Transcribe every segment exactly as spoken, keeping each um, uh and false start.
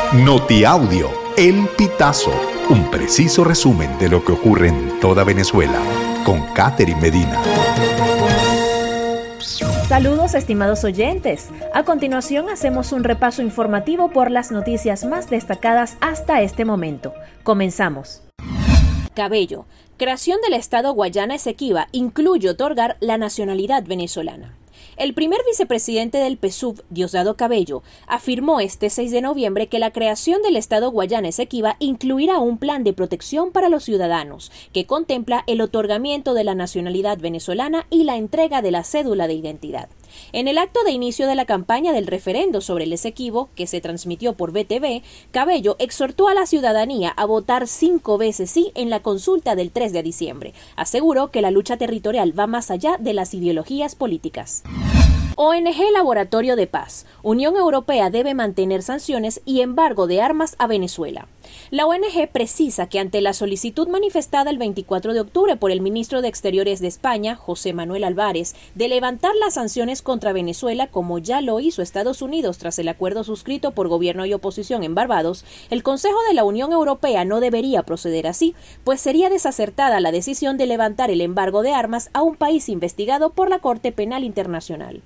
Notiaudio, El Pitazo, un preciso resumen de lo que ocurre en toda Venezuela, con Catherine Medina. Saludos, estimados oyentes. A continuación hacemos un repaso informativo por las noticias más destacadas hasta este momento. Comenzamos. Cabello. Creación del Estado Guayana Esequiba incluye otorgar la nacionalidad venezolana. El primer vicepresidente del P S U V, Diosdado Cabello, afirmó este seis de noviembre que la creación del Estado Guayana Esequiba incluirá un plan de protección para los ciudadanos, que contempla el otorgamiento de la nacionalidad venezolana y la entrega de la cédula de identidad. En el acto de inicio de la campaña del referendo sobre el Esequibo, que se transmitió por B T V, Cabello exhortó a la ciudadanía a votar cinco veces sí en la consulta del tres de diciembre. Aseguró que la lucha territorial va más allá de las ideologías políticas. O N G Laboratorio de Paz. Unión Europea debe mantener sanciones y embargo de armas a Venezuela. La O N G precisa que ante la solicitud manifestada el veinticuatro de octubre por el ministro de Exteriores de España, José Manuel Álvarez, de levantar las sanciones contra Venezuela como ya lo hizo Estados Unidos tras el acuerdo suscrito por gobierno y oposición en Barbados, el Consejo de la Unión Europea no debería proceder así, pues sería desacertada la decisión de levantar el embargo de armas a un país investigado por la Corte Penal Internacional.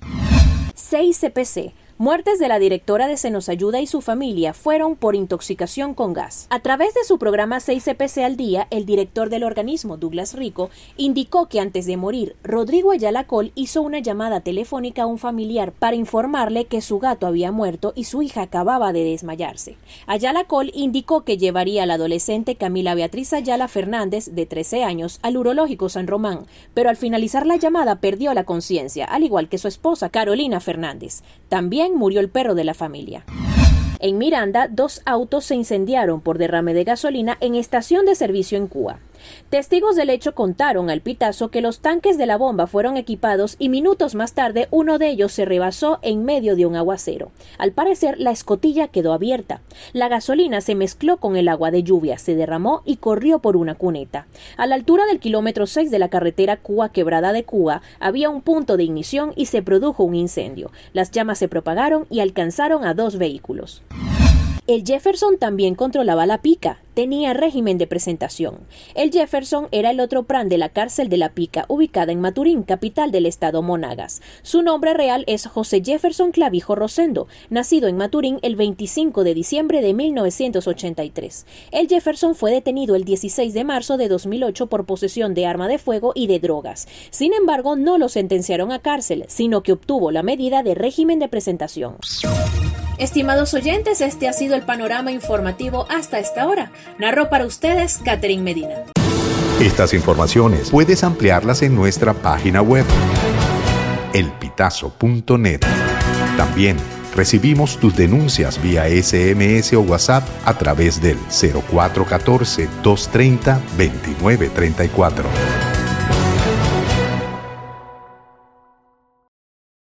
seis C P C. Muertes de la directora de Senosayuda y su familia fueron por intoxicación con gas. A través de su programa seis C P C al día, el director del organismo, Douglas Rico, indicó que antes de morir, Rodrigo Ayala Col hizo una llamada telefónica a un familiar para informarle que su gato había muerto y su hija acababa de desmayarse. Ayala Col indicó que llevaría a la adolescente Camila Beatriz Ayala Fernández, de trece años, al urológico San Román, pero al finalizar la llamada perdió la conciencia, al igual que su esposa Carolina Fernández. También murió el perro de la familia. En Miranda, dos autos se incendiaron por derrame de gasolina en estación de servicio en Cuba. Testigos del hecho contaron al Pitazo que los tanques de la bomba fueron equipados y minutos más tarde uno de ellos se rebasó en medio de un aguacero. Al parecer, la escotilla quedó abierta. La gasolina se mezcló con el agua de lluvia, se derramó y corrió por una cuneta. A la altura del kilómetro seis de la carretera Cuba-Quebrada de Cuba, había un punto de ignición y se produjo un incendio. Las llamas se propagaron y alcanzaron a dos vehículos. El Jefferson también controlaba la Pica, tenía régimen de presentación. El Jefferson era el otro pran de la cárcel de la Pica, ubicada en Maturín, capital del estado Monagas. Su nombre real es José Jefferson Clavijo Rosendo, nacido en Maturín el veinticinco de diciembre de mil novecientos ochenta y tres. El Jefferson fue detenido el dieciséis de marzo de dos mil ocho por posesión de arma de fuego y de drogas. Sin embargo, no lo sentenciaron a cárcel, sino que obtuvo la medida de régimen de presentación. Estimados oyentes, este ha sido el panorama informativo hasta esta hora. Narró para ustedes Catherine Medina. Estas informaciones puedes ampliarlas en nuestra página web, el pitazo punto net. También recibimos tus denuncias vía S M S o WhatsApp a través del cero cuatro uno cuatro, dos tres cero, dos nueve tres cuatro.